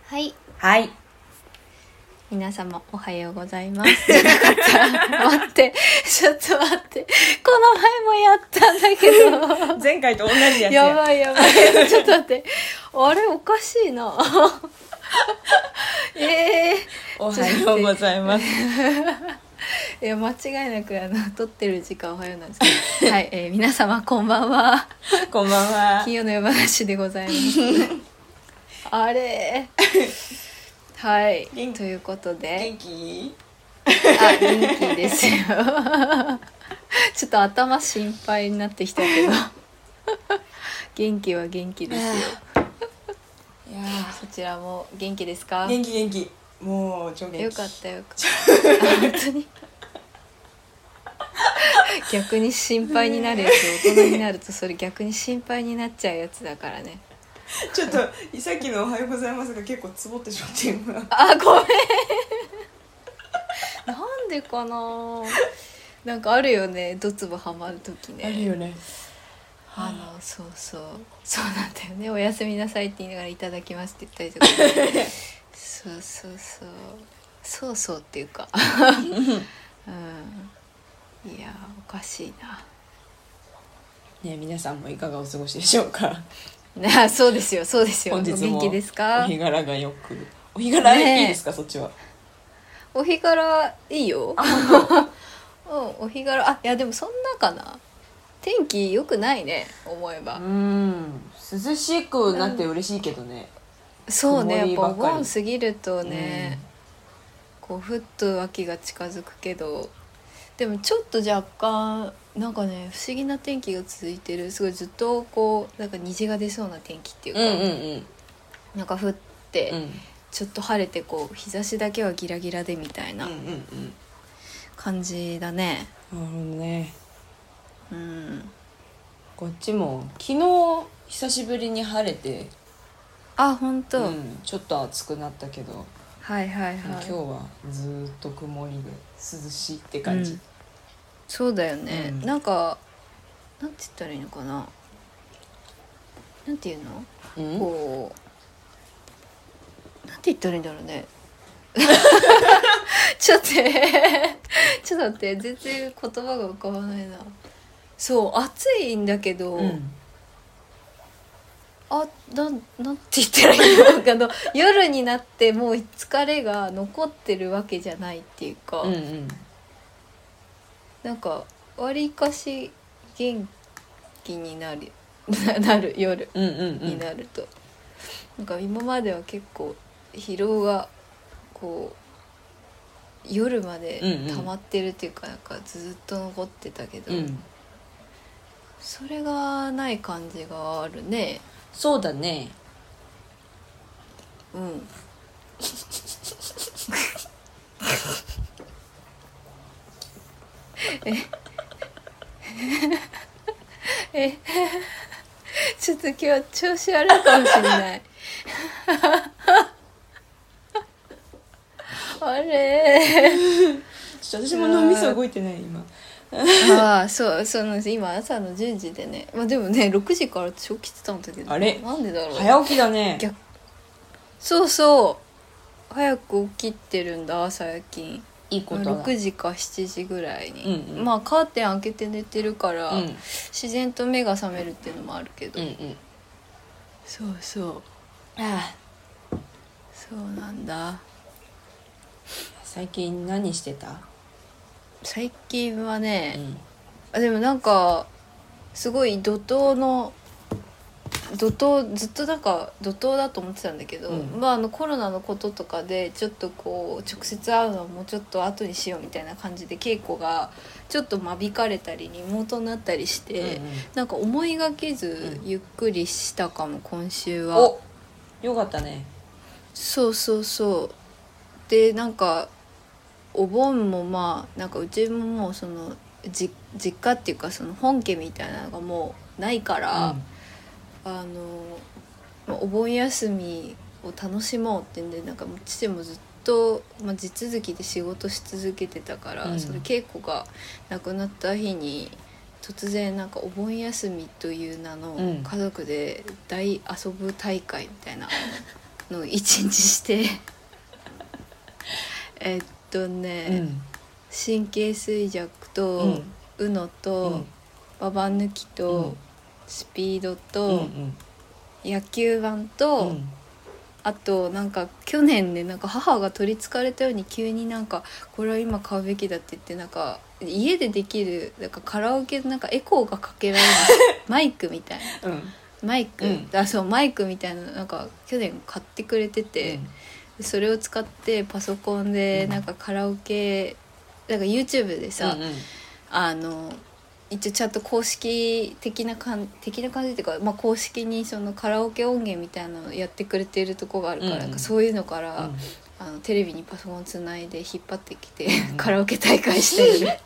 はい、 はい。 皆様おはようございますじゃなかった待ってちょっと待って、この前もやったんだけど前回と同じやつや。 やばいちょっと待って、あれおかしいなおはようございますいや間違いなく撮ってる時間おはようなんですけどはい、皆様こんばんはこんばんは。 金曜の夜話でございますあれはいということで元気？ 元気ですよちょっと頭心配になってきたけど元気は元気ですよいやそちらも元気ですか？ 元気もう超元気。 よかった本当に逆に心配になるやつ、大人になるとそれ逆に心配になっちゃうやつだからね。 ちょっとさっきのおはようございますが結構つぼってしまって今ごめんなんでかな、なんかあるよね、ドツボハマる時ね。 あるよね。 そうなんだよね。おやすみなさいって言いながらいただきますって言ったりとか、ね、そうっていうかうん、いやおかしいなね。皆さんもいかがお過ごしでしょうか？ そうですよ本日も元気ですか？ お日柄がよく。お日柄いいですか、そっちは？ お日柄いいよお日柄いやでもそんなかな。天気良くないね、思えば。 涼しくなって嬉しいけどね。 そうね、やっぱお盆過ぎるとね、こうふっと秋が近づくけど、でもちょっと若干なんかね、不思議な天気が続いてる。すごいずっとこうなんか虹が出そうな天気っていうか、なんか降って、ちょっと晴れてこう日差しだけはギラギラでみたいな感じだね。 なるほどね。こっちも昨日久しぶりに晴れて、 本当、 ちょっと暑くなったけど、 はい、 今日はずっと曇りで涼しいって感じ。 そうだよね、なんかなんて言ったらいいのかな、なんていうの、こうなんて言ったらいいんだろうねちょっと待って、全然言葉が浮かばないな。そう暑いんだけど、なんて言ったらいいのかな夜になってもう疲れが残ってるわけじゃないっていうか、なんかわりかし元気になる夜になると、なんか今までは結構疲労がこう夜まで溜まってるっていうか、なんかずっと残ってたけど、それがない感じがあるね。 そうだね。 ちょっと今日調子悪いかもしれないあれ私も脳みそ動いてない今そうなんです。今朝の10時でね、でもね6時から私起きてたんだけど、 あれなんでだろう。 早起きだね。 そう早く起きてるんだ最近。 いいことだ。 6時か7時ぐらいに、カーテン開けて寝てるから、自然と目が覚めるっていうのもあるけど、そうそうなんだ。 最近何してた？ 最近はね、でもなんかすごいずっとなんか怒涛だと思ってたんだけど、コロナのこととかでちょっとこう直接会うのをもうちょっと後にしようみたいな感じで稽古がちょっと間引かれたりリモートになったりして、なんか思いがけずゆっくりしたかも、今週は。 よかったね。 そうで、なんかお盆もなんかうちももうその実家っていうかその本家みたいなのがもうないから、お盆休みを楽しもうってんで、なんかもう父もずっと、地続きで仕事し続けてたから、それ稽古がなくなった日に突然なんかお盆休みという名の家族で大遊ぶ大会みたいなの一日して神経衰弱と、UNO と、ババ抜きと、スピードと、野球盤と、あとなんか去年ねなんか母が取りつかれたように急になんかこれは今買うべきだって言ってなんか家でできるなんかカラオケなんかエコーがかけられるマイクみたいな、マイク、そうマイクみたいななんか去年買ってくれてて、それを使ってパソコンでなんかカラオケなんか YouTube でさ、一応ちゃんと公式的な感じっていうか、まあ、公式にそのカラオケ音源みたいなのをやってくれてるとこがあるから、なんかそういうのから、テレビにパソコンつないで引っ張ってきて、カラオケ大会してる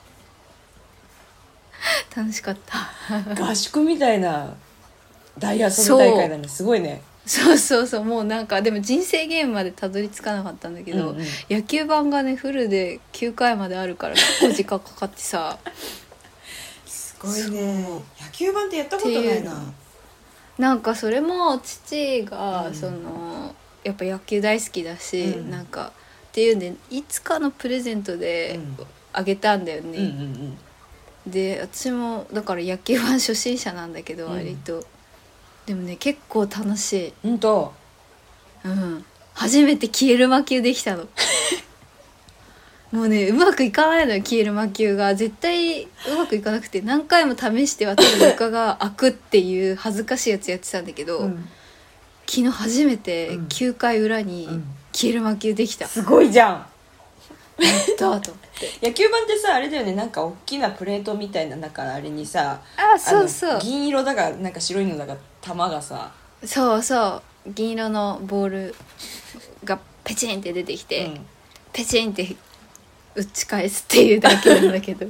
楽しかった合宿みたいな大遊び大会だね。すごいね。 そうもうなんかでも人生ゲームまでたどり着かなかったんだけど、野球盤がねフルで9回まであるから結構時間かかってさすごいね。野球盤ってやったことないな。 なんかそれも父がその、やっぱ野球大好きだし、なんかっていうんでいつかのプレゼントであげたんだよね、で私もだから野球盤初心者なんだけど割と、でもね結構楽しい。 ほんと、 初めて消える魔球できたのもうねうまくいかないのよ。消える魔球が絶対うまくいかなくて何回も試しては多分床が開くっていう恥ずかしいやつやってたんだけど、昨日初めて9回裏に消える魔球できた、 すごいじゃん。 やったと思って野球盤ってさあれだよね、なんか大きなプレートみたいな中あれにさ、 そう銀色だかなんか白いのだか球がさ、 そう銀色のボールがペチンって出てきて、ペチンって打ち返すっていうだけなんだけど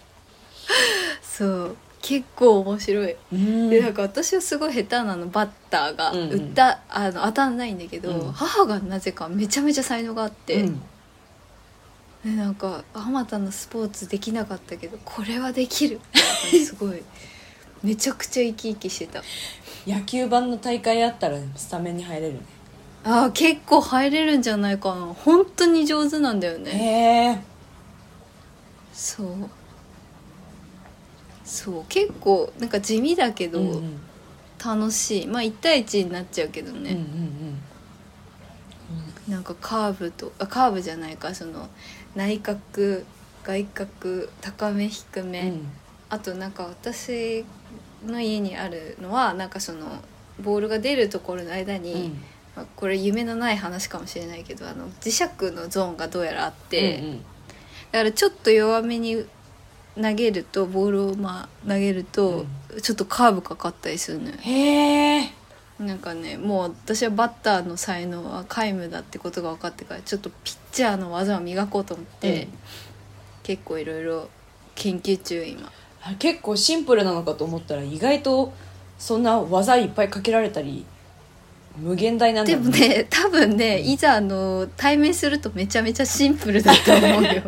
そう結構面白い。でなんか私はすごい下手なのバッターが、当たんないんだけど、母がなぜかめちゃめちゃ才能があって、でなんかあまたのスポーツできなかったけどこれはできるすごいめちゃくちゃ生き生きしてた。 野球盤の大会あったらスタメンに入れるね。 結構入れるんじゃないかな。本当に上手なんだよね。 へえ。 そう結構なんか地味だけど楽しい、まあ1対1になっちゃうけどね、なんかカーブじゃないか、その内角外角高め低め、あとなんか私の家にあるのはなんかそのボールが出るところの間に、これ夢のない話かもしれないけど磁石のゾーンがどうやらあって、だからちょっと弱めに投げるとボールを投げると、ちょっとカーブかかったりするのよ。 へえ。 なんかねもう私はバッターの才能は皆無だってことが分かってからちょっとピッチャーの技を磨こうと思って、結構いろいろ研究中今。 結構シンプルなのかと思ったら意外とそんな技いっぱいかけられたり無限大なんだでもね多分ね、いざ対面するとめちゃめちゃシンプルだと思うよ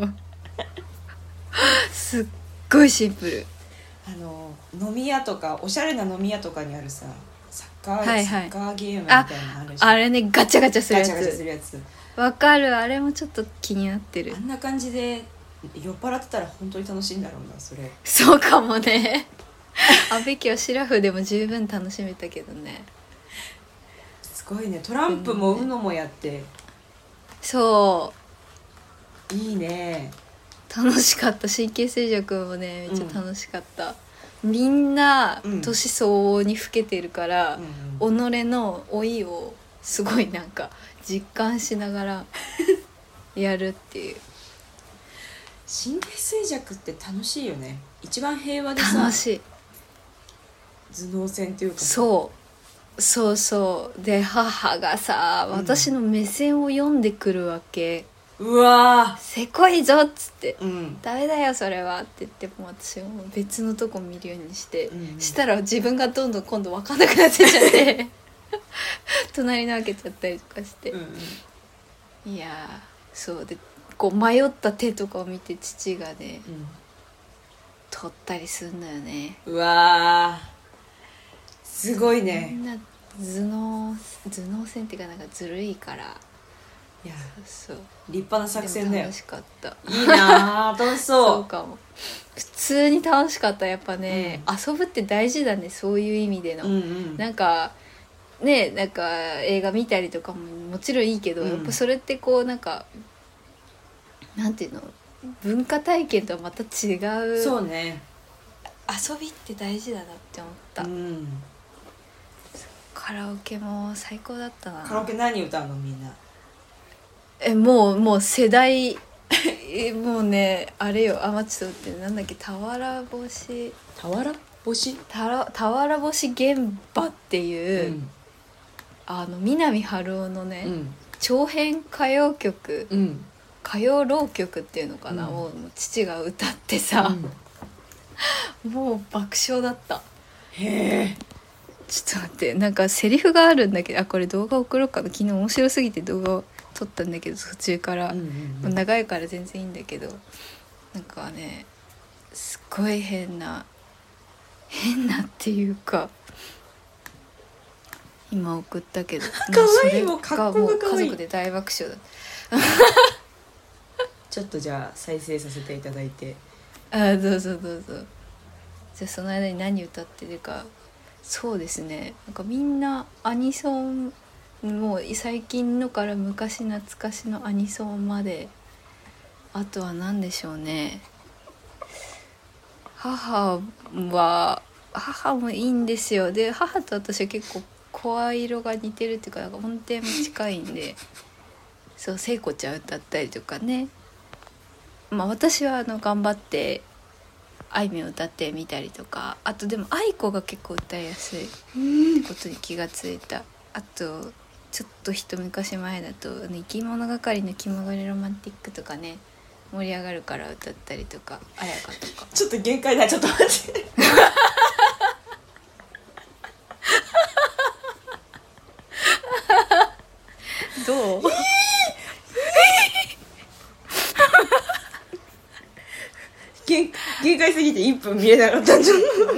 すっごいシンプル。 飲み屋とかおしゃれな飲み屋とかにあるさサッカーゲームみたいなのあるし、 あれねガチャガチャするやつ。 ガチャガチャするやつわかる。あれもちょっと気になってる。 あんな感じで酔っ払ってたら本当に楽しいんだろうなそれ。 そうかもね阿部家はシラフでも十分楽しめたけどね。 すごいね。トランプも UNO もやって、 そういいね。 楽しかった。神経衰弱もねめっちゃ楽しかった、みんな年相応に老けてるから、己の老いをすごいなんか実感しながらやるっていう。 神経衰弱って楽しいよね。一番平和でさ、 楽しい。 頭脳戦っていうか、 そうで母がさ私の目線を読んでくるわけ、 うわせこいぞっつって、 ダメだよそれはって言っても私も別のとこ見るようにして、したら自分がどんどん今度分かんなくなってっちゃって隣の開けちゃったりとかして、いやそうでこう迷った手とかを見て父がね、取ったりするんだよね。 うわすごいね。 みんな頭脳戦っていうかなんかずるいから。 いやそう立派な作戦だよ。 楽しかった。 いいな楽しそうそうかも。普通に楽しかった。やっぱね、遊ぶって大事だね、そういう意味での、 うんうん、 なんかね、なんか映画見たりとかももちろんいいけど、やっぱそれってこうなんかなんていうの、文化体験とはまた違う。 そうね、 遊びって大事だなって思った、カラオケも最高だったな。 カラオケ何歌うのみんな。 もう世代もうねあれよ、ちょっと待って、なんだっけ、俵星現場っていう、南春夫のね、長編歌謡曲、歌謡浪曲っていうのかな、を父が歌ってさ、もう爆笑だった。 へえ。 ちょっと待って、なんかセリフがあるんだけど、これ動画送ろうかな。昨日面白すぎて動画を撮ったんだけど途中から、長いから全然いいんだけど、なんかねすっごい変なっていうか、今送ったけどかわいい、もうかっこよくかわいい。 家族で大爆笑だちょっとじゃあ再生させていただいて。 どうぞ。じゃあその間に何歌ってるか。そうですね、なんかみんなアニソン、もう最近のから昔懐かしのアニソンまで、あとは何でしょうね、母もいいんですよ。で母と私は結構声色が似てるっていうか、なんか音程も近いんでそう、聖子ちゃん歌ったりとかね。私は頑張ってあいみょん歌ってみたりとか、あとでも愛子が結構歌いやすいってことに気がついた。あとちょっと一昔前だと生き物係の気まぐれロマンティックとかね、盛り上がるから歌ったりとか、綾香とか。 ちょっと限界だ、ちょっと待ってどう限界すぎて1分見えなかったんじゃん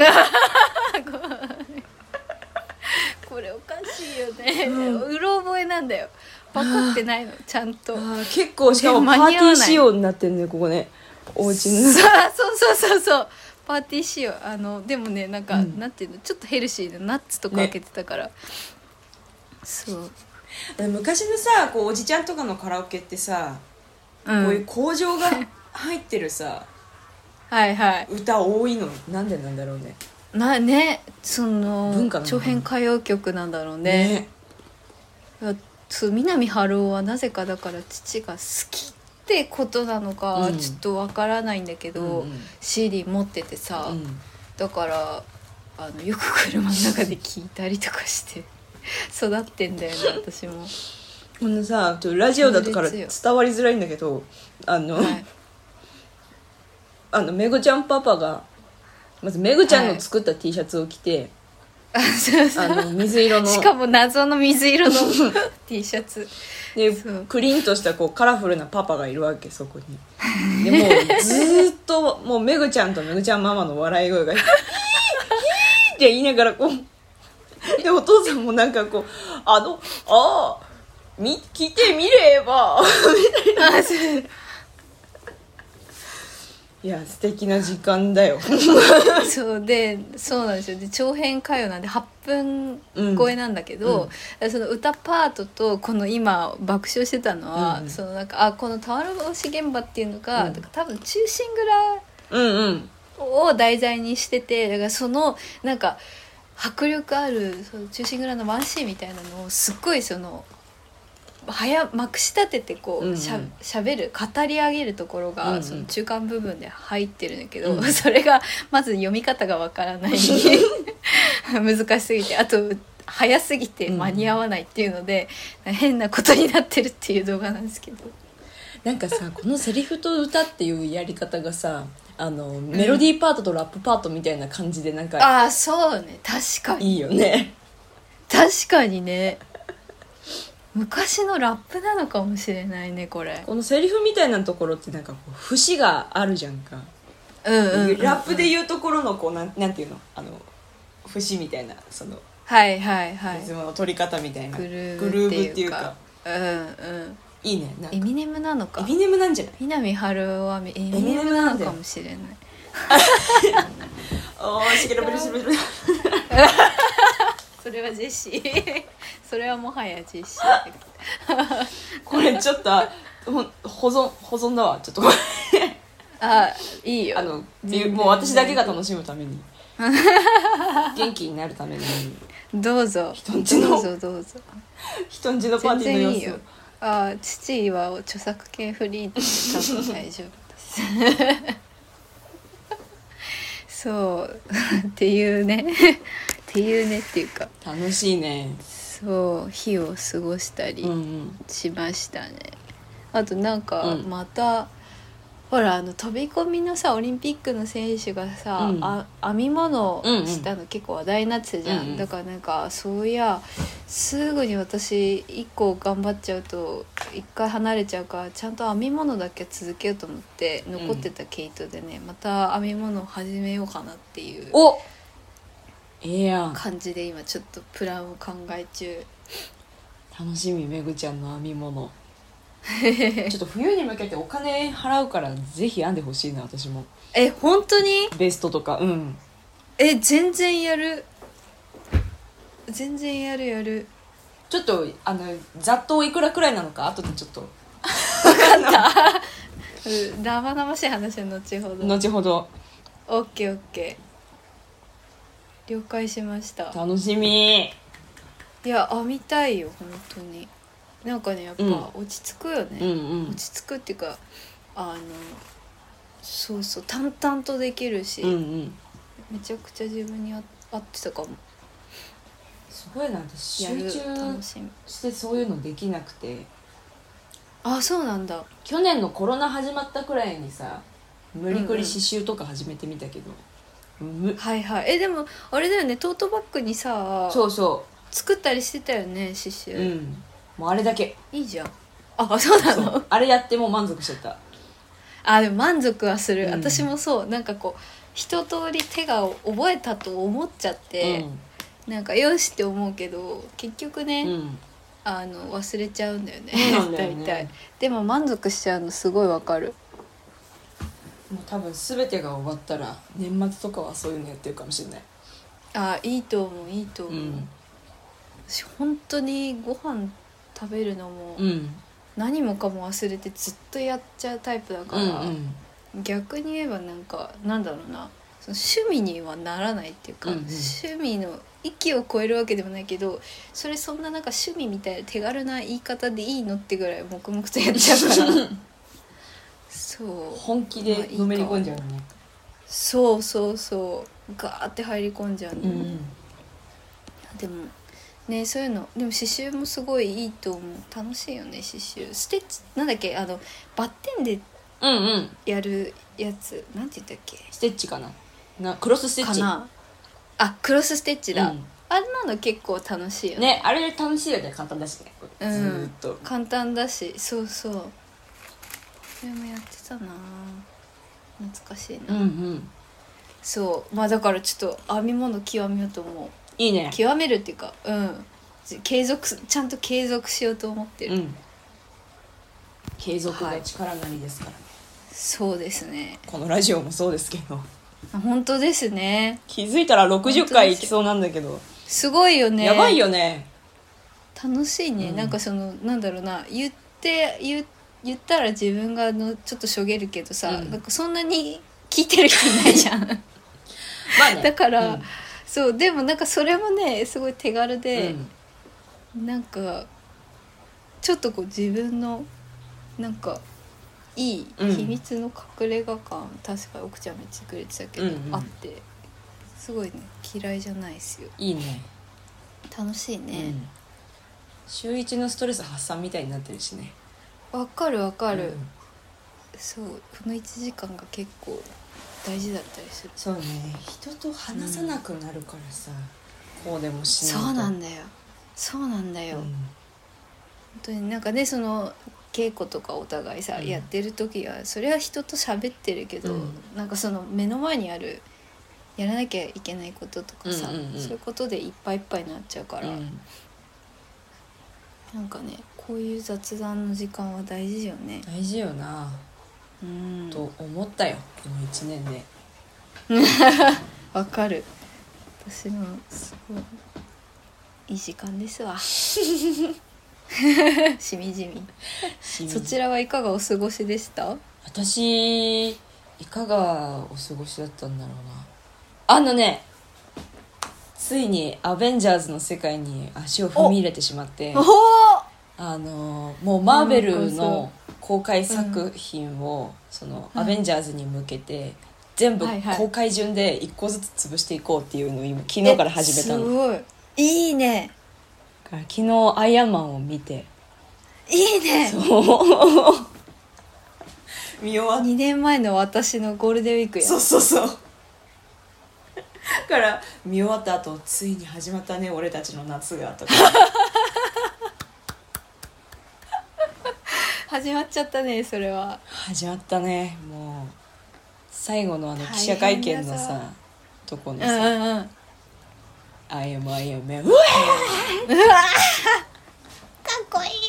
これおかしいよね、うろ覚えなんだよ、分かってないのちゃんと。 結構しかもパーティー仕様になってるね、ここね、お家のそうパーティー仕様。でもね、なんか、なんていうの、ちょっとヘルシーでナッツとか開けてたから、そう昔のさ、こうおじちゃんとかのカラオケってさ、こういう工場が入ってるさはい歌多いのなんでなんだろうね。 その文化なのかな、 長編歌謡曲なんだろうね。南春夫はなぜかだから父が好きってことなのかちょっとわからないんだけど、CD 持っててさ、だからよく車の中で聴いたりとかして育ってんだよね、私も。 このさ、ラジオだから伝わりづらいんだけど、めぐちゃんパパがまずめぐちゃんの作った T シャツを着て、水色のしかも謎の水色のT シャツでクリンとしたこうカラフルなパパがいるわけ、そこに。でもうずーっともうめぐちゃんとめぐちゃんママの笑い声がヒーヒーって言いながらこうでお父さんもなんかこう来てみればみたいな。いや素敵な時間だよそうなんですよ。で長編歌謡なんで8分超えなんだけど、その歌パートとこの今爆笑してたのは、そのなんかこの俵星現場っていうのが、だから多分忠臣蔵を題材にしてて、だからそのなんか迫力あるその忠臣蔵のワンシーンみたいなのをすっごいそのまくし立ててこうしゃべる語り上げるところがその中間部分で入ってるんだけど、それがまず読み方がわからない難しすぎて、あと早すぎて間に合わないっていうので、変なことになってるっていう動画なんですけど、 なんかさ、このセリフと歌っていうやり方がさ、メロディーパートとラップパートみたいな感じでなんか、 そうね、確かにいいよね。 確かにね、昔のラップなのかもしれないね。これこのセリフみたいなところってなんかこう節があるじゃんか。ラップでいうところのこうなんていうの、節みたいな、そのはいはいはいリズムの取り方みたいなグルーグルーブっていうかうんうんいいね。なんかエミネムなのかエミネムなんじゃない？ 南春夫はエミネムなのかもしれないおーしけるぶるしるぶるそれはジェシーそれはもはやジェシーだけどこれちょっと保存だわちょっとあいいよもう私だけが楽しむために元気になるためにどうぞ人んちのどうぞどうぞ人んちのパーティーの様子全然いいよ父は著作権フリーで多分大丈夫ですそうっていうねっていうか楽しいね。 そう日を過ごしたりしましたね、あとなんかまた、ほら飛び込みのさオリンピックの選手がさ、編み物をしたの結構話題になってたじゃん、だからなんかそういやすぐに私1個頑張っちゃうと1回離れちゃうからちゃんと編み物だけ続けようと思って残ってた毛糸でね、また編み物を始めようかなっていうおやん感じで今ちょっとプランを考え中。 楽しみめぐちゃんの編み物ちょっと冬に向けてお金払うからぜひ編んでほしいな私も。 本当にベストとか全然やるやるちょっとざっといくらくらいなのか後でちょっと生々しい話は後ほど後ほど。 オッケーオッケー了解しました。 楽しみ。 いや編みたいよ本当に。なんかねやっぱ落ち着くよね、落ち着くっていうかそうそう淡々とできるし、めちゃくちゃ自分に合ってたかも。 すごいな私集中してそういうのできなくて。 そうなんだ。 去年のコロナ始まったくらいにさ無理くり刺繍とか始めてみたけど、 はいはいでもあれだよねトートバッグにさそう作ったりしてたよね刺繍、 もうあれだけいいじゃん。そうなの。 あれやってもう満足しちゃった。 でも満足はする、私もそうなんかこう一通り手が覚えたと思っちゃって、なんかよしって思うけど結局ね、忘れちゃうんだよね大体。でも満足しちゃうのすごいわかる。 もう多分全てが終わったら年末とかはそういうのやってるかもしれない。 いいと思ういいと思う、私本当にご飯食べるのも、何もかも忘れてずっとやっちゃうタイプだから、逆に言えばなんだろうなその趣味にはならないっていうか、趣味の域を超えるわけでもないけどそんな趣味みたいな手軽な言い方でいいのってぐらい黙々とやっちゃうからそう本気でのめり込んじゃうね。 そうガーって入り込んじゃうの、でもねそういうのでも刺繍もすごいいいと思う。楽しいよね刺繍。ステッチなんだっけバッテンでやるやつ、なんて言ったっけ。 ステッチかなクロスステッチかな。クロスステッチだ、あれなの結構楽しいよね。 あれ楽しいよね。簡単だしね、ずーっと簡単だしそうそれもやってたな。懐かしいな。そうだからちょっと編み物極めようと思う。 いいね。 極めるっていうかちゃんと継続しようと思ってる、 継続が力なりですからね、 そうですね。 このラジオもそうですけど本当ですね。 気づいたら60回いきそうなんだけどすごいよね。 やばいよね。 楽しいね、なんかなんだろうな言ったら自分がちょっとしょげるけどさ、なんかそんなに聞いてる人いないじゃんまあねだから、そうでもなんかそれもねすごい手軽で、なんかちょっとこう自分のなんかいい秘密の隠れ家感、確か奥ちゃんめっちゃくれてたけど、あってすごいね嫌いじゃないですよ。 いいね。 楽しいね、 週一のストレス発散みたいになってるしね。 わかる、そうこの1時間が結構大事だったりする。 そうね、人と話さなくなるからさ、こうでもしないと。 そうなんだよ、本当になんかね稽古とかお互いさ、やってる時はそれは人と喋ってるけど、なんか目の前にあるやらなきゃいけないこととかさ、 うんうんうん、 そういうことでいっぱいいっぱいになっちゃうから、 うん、 なんかねこういう雑談の時間は大事よね。 大事よな、 うん、 と思ったよこの1年で。 わかる。私もすごいいい時間ですわ。しみじみ。そちらはいかがお過ごしでした？ 私いかがお過ごしだったんだろうな。ついにアベンジャーズの世界に足を踏み入れてしまって、もうマーベルの公開作品をそのアベンジャーズに向けて全部公開順で1個ずつ潰していこうっていうのを今昨日から始めたの。 すごいいいね。 だから昨日アイアンマンを見て、 いいね。 そう見終わっ 2年前の私のゴールデンウィークや。 そうから見終わった後、ついに始まったね俺たちの夏がとか始まっちゃったね。それは始まったね。もう最後の記者会見のさとこのさ、I am うわーかっこいい。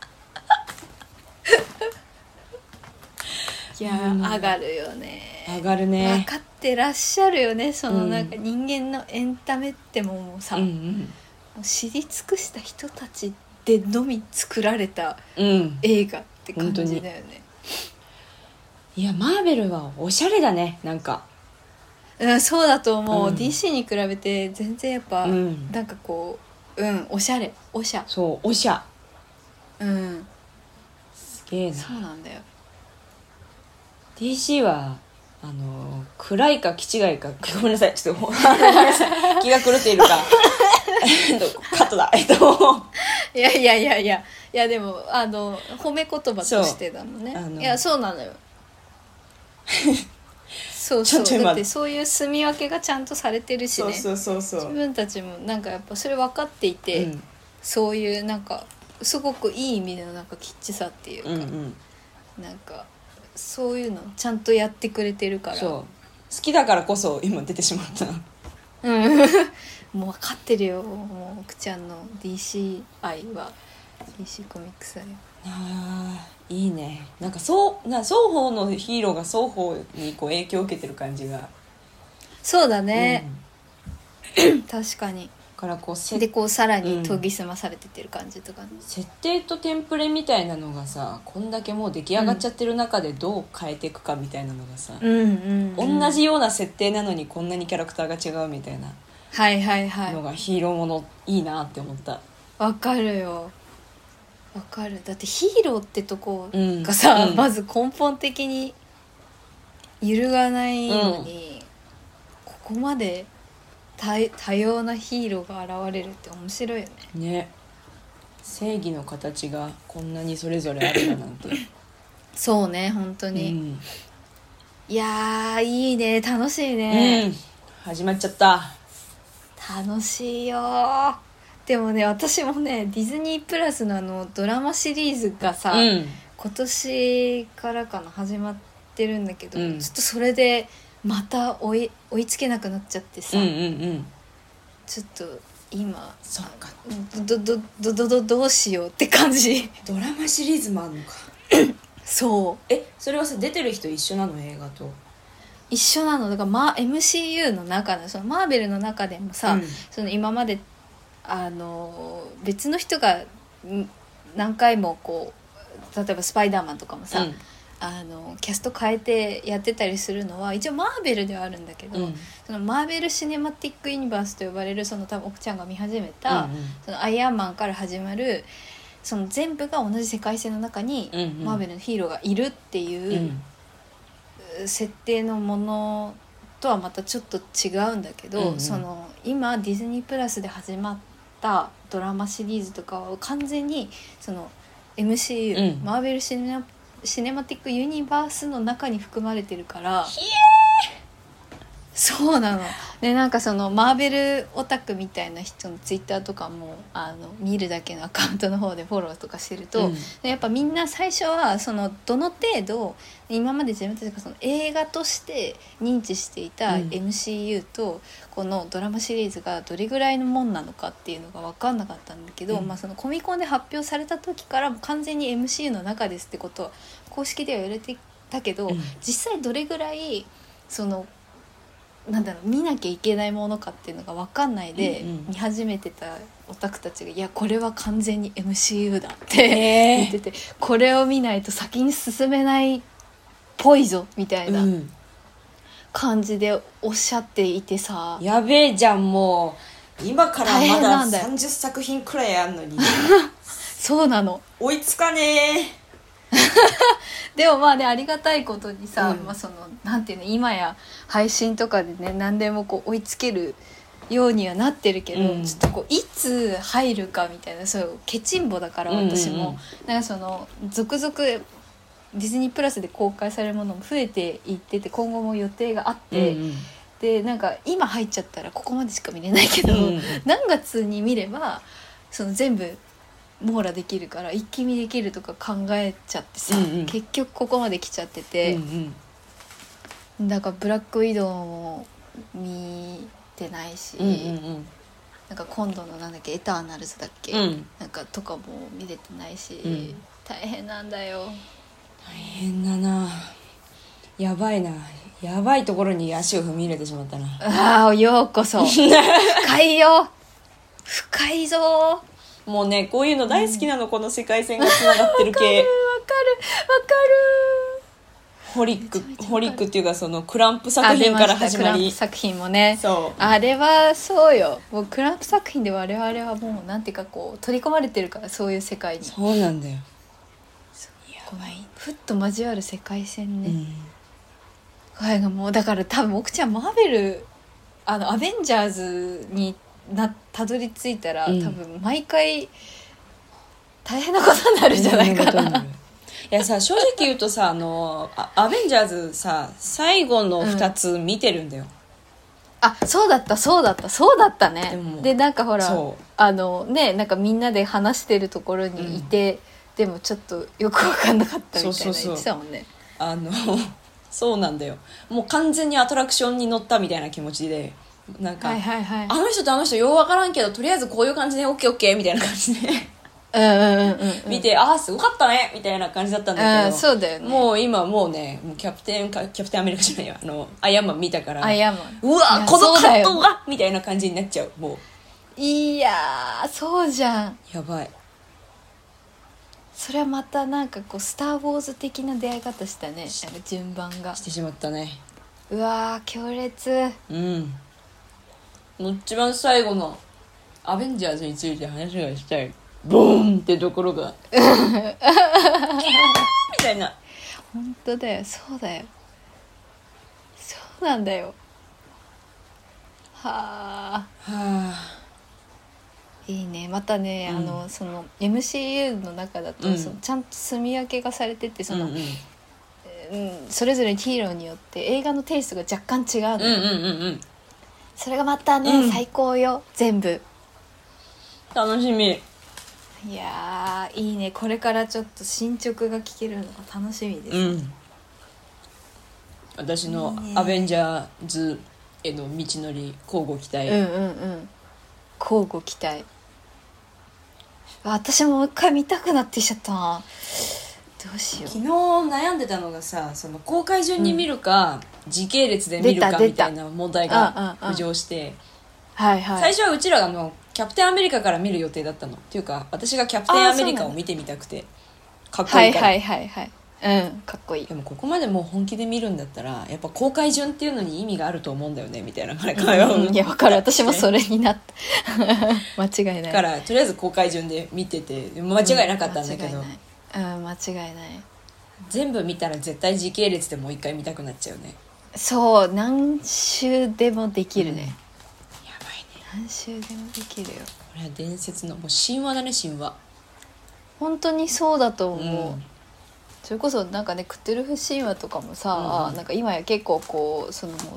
いや上がるよね。 上がるね。 分かってらっしゃるよね。そのなんか人間のエンタメってもうさ、もう知り尽くした人たちでのみ作られた映画って感じだよね。 いやマーベルはおしゃれだね。なんかそうだと思う、DC に比べて全然やっぱ、なんかこうおしゃれおしゃそうおしゃすげえな。 そうなんだよ。 DC は暗いか気違いかごめんなさいちょっと気が狂っているかカットだいやでも褒め言葉としてだもんね。いやそうなのよそうだってそういう住み分けがちゃんとされてるしね。 そう自分たちもなんかやっぱそれ分かっていて、そういうなんかすごくいい意味でのなんかキッチさっていうか、なんかそういうのちゃんとやってくれてるから、 そう好きだからこそ今出てしまったもう分かってるよ。もう奥ちゃんの DC 愛は DC コミックス愛いいね。なんか双方のヒーローが双方にこう影響を受けてる感じが。 そうだね、確かに。 からこうでこうさらに研ぎ澄まされてってる感じとかね、 設定とテンプレみたいなのがさこんだけもう出来上がっちゃってる中でどう変えていくかみたいなのがさ、同じような設定なのにこんなにキャラクターが違うみたいなのがヒーローものいいなって思った。 わかるよわかる。だってヒーローってとこがさ、まず根本的に揺るがないのに、ここまで多様なヒーローが現れるって面白いよね。 ね、正義の形がこんなにそれぞれあるだなんてそうね本当に、いやーいいね楽しいね、 始まっちゃった。 楽しいよ。でもね私もねディズニープラスのドラマシリーズがさ、今年からかな始まってるんだけど、ちょっとそれでまた追いつけなくなっちゃってさ、ちょっと今そっかどうしようって感じ。 ドラマシリーズもあるのかそうそれはさ出てる人一緒なの？映画と一緒なのだから、MCU の中のそのマーベルの中でもさ、その今まで別の人が何回もこう例えばスパイダーマンとかもさ、キャスト変えてやってたりするのは一応マーベルではあるんだけど、そのマーベルシネマティックユニバースと呼ばれるその多分奥ちゃんが見始めた、そのアイアンマンから始まるその全部が同じ世界線の中にマーベルのヒーローがいるっていう設定のものとはまたちょっと違うんだけど、その今ディズニープラスで始まったドラマシリーズとかは完全にその MCU、マーベルシネマティックユニバースの中に含まれてるから、 そうなので、なんかそのマーベルオタクみたいな人のツイッターとかも見るだけのアカウントの方でフォローとかしてると、やっぱみんな最初はそのどの程度今まで自分たちがその映画として認知していた MCU とこのドラマシリーズがどれぐらいのもんなのかっていうのが分かんなかったんだけど、そのコミコンで発表された時からも完全に MCU の中ですってことは公式では言われてたけど、実際どれぐらいそのなんだろう見なきゃいけないものかっていうのが分かんないで見始めてたオタクたちが、いやこれは完全に MCU だって言ってて、これを見ないと先に進めないっぽいぞみたいな感じでおっしゃっていてさ、 やべえじゃん、もう今からまだ30作品くらいあんのにそうなの、 追いつかねえでもまあね、ありがたいことにさ、そのなんていうの、今や配信とかでね何でもこう追いつけるようにはなってるけど、ちょっとこういつ入るかみたいな、そういうケチンボだから私も、なんかその続々ディズニープラスで公開されるものも増えていってて、今後も予定があって、でなんか今入っちゃったらここまでしか見れないけど、何月に見ればその全部網羅できるから一気見できるとか考えちゃってさ、結局ここまで来ちゃってて、だからブラックウィドウも見てないし、なんか今度のなんだっけエターナルズだっけ、なんかとかも見れてないし、大変なんだよ。 大変だな、やばいな、やばいところに足を踏み入れてしまったな。 ああ、ようこそ深いよ、深いぞ。 もうね、こういうの大好きなの、この世界線がつながってる系。わかるホリックっていうか、そのクランプ作品から始まり、 クランプ作品もね、 そう、 あれはそうよ、もうクランプ作品で我々はもうなんていうかこう取り込まれてるから、そういう世界に。 そうなんだよ、 このふっと交わる世界線ね、もうだから多分奥ちゃんマーベルアベンジャーズにたどり着いたら、多分毎回大変なことになるんじゃないかな。 いやさ、正直言うとさ、アベンジャーズさ、最後の2つ見てるんだよ、 あ、そうだったね。でなんかほらね、なんかみんなで話してるところにいて、でもちょっとよく分かんなかったみたいな言ってたもんね。 そうなんだよ、もう完全にアトラクションに乗ったみたいな気持ちで、なんか、あの人とあの人よう分からんけど、とりあえずこういう感じでオッケーオッケーみたいな感じで見て、ああすごかったねみたいな感じだったんだけど、 そうだよね、 もう今もうね、キャプテンアメリカじゃないよ、アイアンマン見たから、 アイアンマン、 うわこの葛藤がみたいな感じになっちゃう。もういやー、そうじゃん、 やばい。 それはまたなんかこうスター・ウォーズ的な出会い方したね、なんか順番がしてしまったね。 うわー強烈。 もう一番最後のアベンジャーズについて話がしたい、ボーンってところがみたいな。 本当だよ、そうだよ、そうなんだよ。はあ、いいね。またね、その MCU の中だと、そのちゃんと住み分けがされてて、その、それぞれのヒーローによって映画のテイストが若干違うの、それがまたね、最高よ、全部楽しみ。 いやーいいね、これからちょっと進捗が聞けるのが楽しみです、 私のアベンジャーズへの道のり、交互期待。 交互期待。私もう一回見たくなってきちゃったな、どうしよう。 昨日悩んでたのがさ、その公開順に見るか、時系列で見るかみたいな問題が浮上して、最初はうちらがキャプテンアメリカから見る予定だったの。っていうか、私がキャプテンアメリカを見てみたくて、かっこいいから。かっこいい。でもここまでもう本気で見るんだったら、やっぱ公開順っていうのに意味があると思うんだよねみたいな会話を、 いや分かる、私もそれになった間違いない。 だからとりあえず公開順で見てて、間違いなかったんだけど、 間違いない。 全部見たら絶対時系列でもう一回見たくなっちゃうね。 そう、何周でもできるね、 やばいね、 何周でもできるよ。 これは伝説の、もう神話だね、神話。 本当にそうだと思う、それこそなんかね、クトゥルフ神話とかもさ、なんか今や結構こうそのもう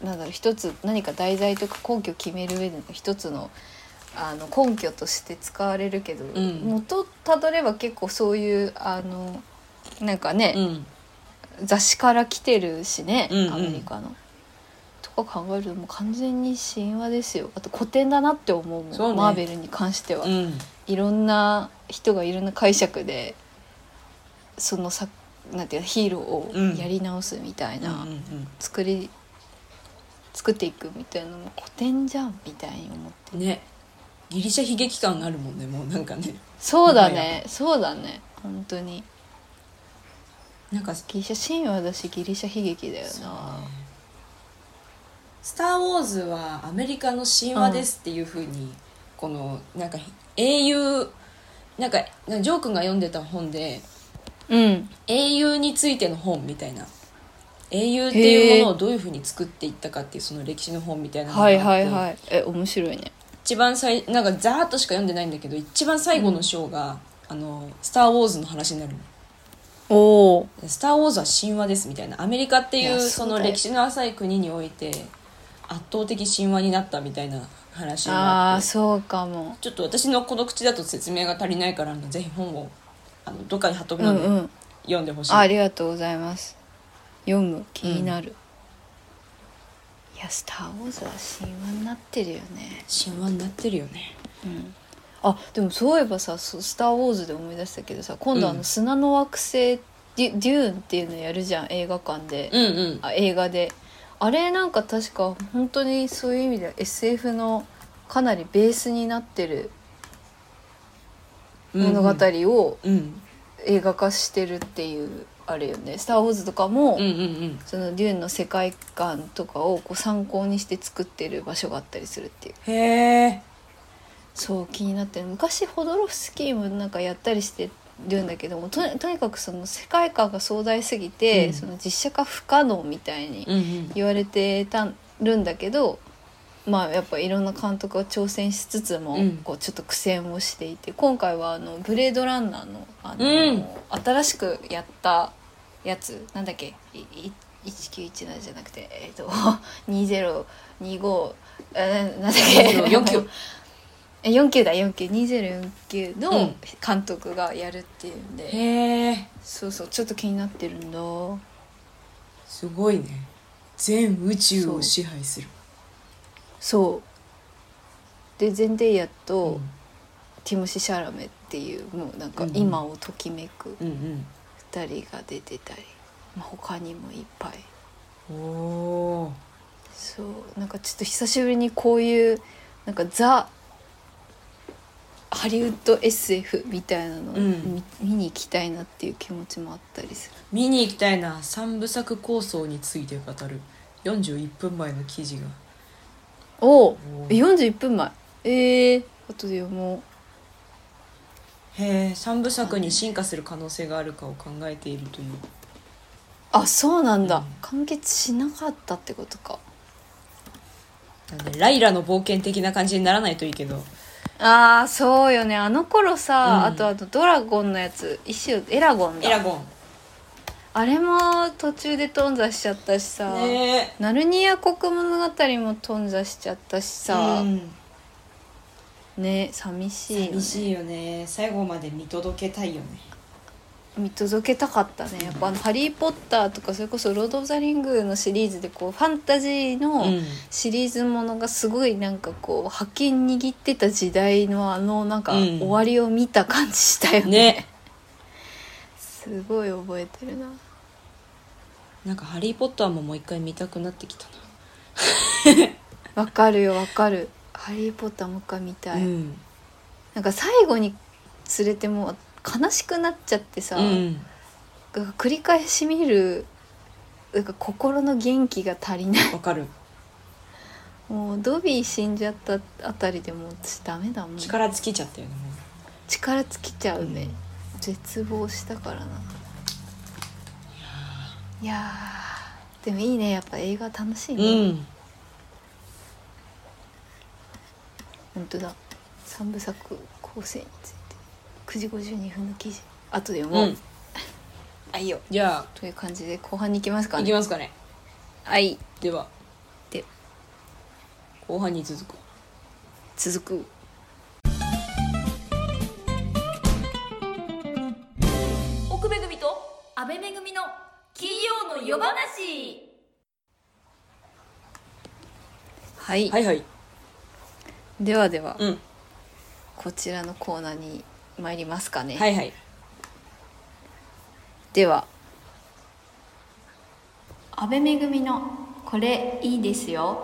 なんだろう、一つ何か題材とか根拠を決める上での一つの根拠として使われるけど、元たどれば結構そういうなんかね、雑誌から来てるしね、アメリカのとか考えるともう完全に神話ですよ。あと古典だなって思うもん、 そうね、 マーベルに関しては、いろんな人がいろんな解釈でそのなんていうヒーローをやり直すみたいな、作っていくみたいなのも古典じゃんみたいに思ってね。ギリシャ悲劇感あるもんね、もうなんかね。 そうだね本当に。 なんかギリシャ神話だしギリシャ悲劇だよな。 スター・ウォーズはアメリカの神話ですっていう風に、このなんか英雄なんかジョー君が読んでた本で、英雄についての本みたいな、英雄っていうものをどういう風に作っていったかっていうその歴史の本みたいなのがあって、 面白いね。 一番なんかザーッとしか読んでないんだけど、一番最後の章が、スター・ウォーズの話になるの。スター・ウォーズは神話ですみたいな、アメリカっていうその歴史の浅い国において圧倒的神話になったみたいな話があって、 そうかも。 ちょっと私のこの口だと説明が足りないからぜひ本をどっかに貼っとくので、読んでほしい。 ありがとうございます。読む気になる。いやスター・ウォーズは神話になってるよね。 神話になってるよね。 でもそういえばさ、スター・ウォーズで思い出したけどさ、今度砂の惑星デューンっていうのやるじゃん、映画館で、映画で。あれなんか確か本当にそういう意味では SF のかなりベースになってる物語を映画化してるっていうあれよね。スター・ウォーズとかも、そのデューンの世界観とかをこう参考にして作ってる場所があったりするっていう。 へー、 そう気になってる。昔ホドロフスキーもなんかやったりしてるんだけども、とにかくその世界観が壮大すぎて、その実写化不可能みたいに言われてるんだけど、まあやっぱいろんな監督が挑戦しつつも、こうちょっと苦戦をしていて、今回はブレードランナーの新しくやったやつなんだっけ、1917じゃなくて2025なんだっけ 49 2049の監督がやるっていうんで、 へー、 そうちょっと気になってるんだ。 すごいね。全宇宙を支配する。 そうでゼンデイヤとティモシー・シャラメっていうもうなんか今をときめく2人が出てたり、他にもいっぱい。そうなんかちょっと久しぶりにこういうなんかザ・ハリウッド SF みたいなのを見に行きたいなっていう気持ちもあったりする。 見に行きたいな。3部作構想について語る41分前の記事が。 41分前。後で読もう。へえ、3部作に進化する可能性があるかを考えているという。 そうなんだ、完結しなかったってことか。 なんでライラの冒険的な感じにならないといいけど。 そうよね。あの頃さ、あとドラゴンのやつエラゴン。あれも途中で頓挫しちゃったしさ、ナルニア国物語も頓挫しちゃったしさ、ね、寂しいよね。 最後まで見届けたいよね。 見届けたかったね。やっぱハリーポッターとかそれこそロード・オブ・ザ・リングのシリーズでこうファンタジーのシリーズものがすごいなんかこう覇権握ってた時代のなんか終わりを見た感じしたよね。すごい覚えてるな。 なんかハリーポッターももう一回見たくなってきたな。わかるよわかる。ハリーポッターもう一回見たい、なんか最後に連れても悲しくなっちゃってさ、繰り返し見るなんか心の元気が足りない。 わかる。 もうドビー死んじゃったあたりでもう私ダメだもん。 力尽きちゃったよね。 力尽きちゃうね、絶望したからな。いやでもいいね、やっぱ映画楽しいね。本当だ。3部作構成について9時52分の記事後でもいいよ。 じゃあという感じで後半に行きますかね。 行きますかね。 はい。 では後半に続く。 奥めぐみと安倍めぐみの金曜の夜話。 はい、 はいはい。 ではでは、 うん。 こちらのコーナーに参りますかね。 はいはい。 では、安倍めぐみのこれいいですよ。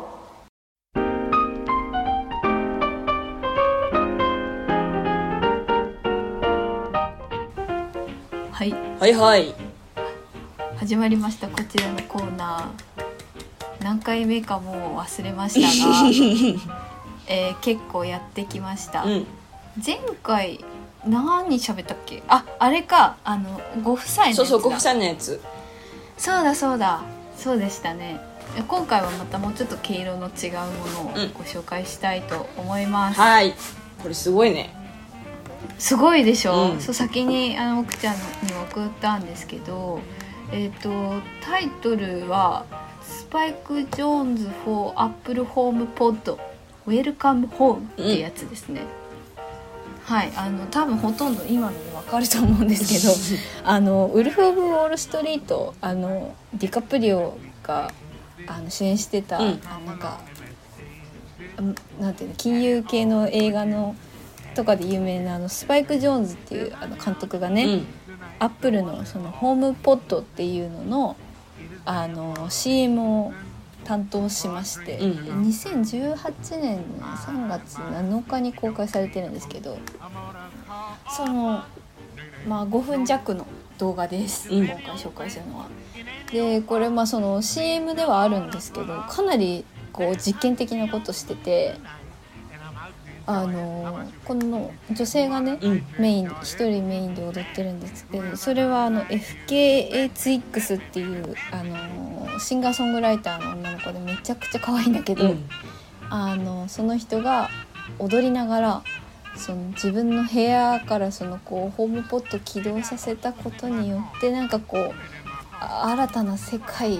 はい、 はいはい。 始まりましたこちらのコーナー。何回目かもう忘れましたが、結構やってきました。 うん。 前回何喋ったっけ？あれか、ご夫妻のやつだ。 そうそう、ご夫妻のやつ。 そうだそうでしたね。今回はまたもうちょっと毛色の違うものをご紹介したいと思います。 はい。これすごいね。 すごいでしょ、 うんそう先に奥ちゃんに送ったんですけど、タイトルはスパイク・ジョーンズ for Apple HomePod Welcome Home ってやつですね、はい、多分ほとんど今ので分かると思うんですけどウルフ・オブ・ウォール・ストリート、ディカプリオが主演してた、なんかなんていうの、金融系の映画のとかで有名なスパイク・ジョーンズっていう監督がね、アップルのそのホームポッドっていうののCM を担当しまして、2018年の3月7日に公開されてるんですけど、その5分弱の動画です、今回紹介するのは。でこれその CM ではあるんですけど、かなりこう実験的なことしてて、この女性がね、一人メインで踊ってるんですけど、それはFKA ツイックスっていうシンガーソングライターの女の子でめちゃくちゃ可愛いんだけど、その人が踊りながらその自分の部屋からこうホームポット起動させたことによって、なんかこう新たな世界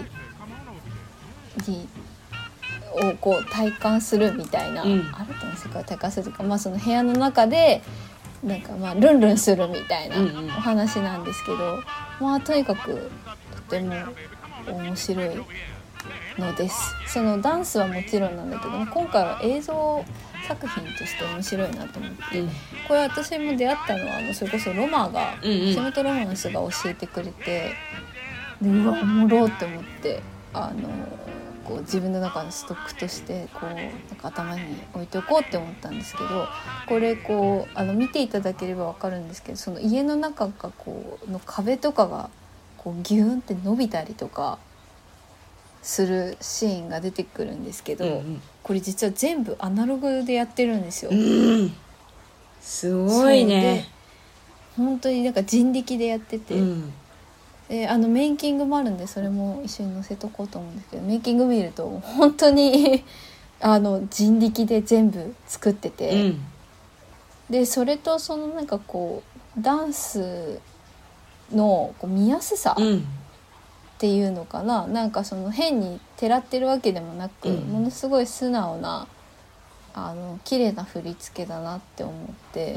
をこう体感するみたいな、新たな世界を体感するというか、その部屋の中でなんかルンルンするみたいなお話なんですけど、とにかくとても面白いのです。そのダンスはもちろんなんだけど、今回は映像作品として面白いなと思って、これ私も出会ったのはそれこそロマが、橋本ロマンスが教えてくれて、でうわおもろって思って、こう自分の中のストックとしてこうなんか頭に置いておこうって思ったんですけど、これこう見ていただければ分かるんですけど、その家の中がこうの壁とかがこうギューンって伸びたりとかするシーンが出てくるんですけど、これ実は全部アナログでやってるんですよ。 すごいね。 本当になんか人力でやってて、メイキングもあるんで、それも一緒に載せとこうと思うんですけど、メイキング見ると本当に人力で全部作ってて、でそれとそのなんかこうダンスのこう見やすさっていうのかな、なんかその変にてらってるわけでもなく、ものすごい素直な綺麗な振り付けだなって思って、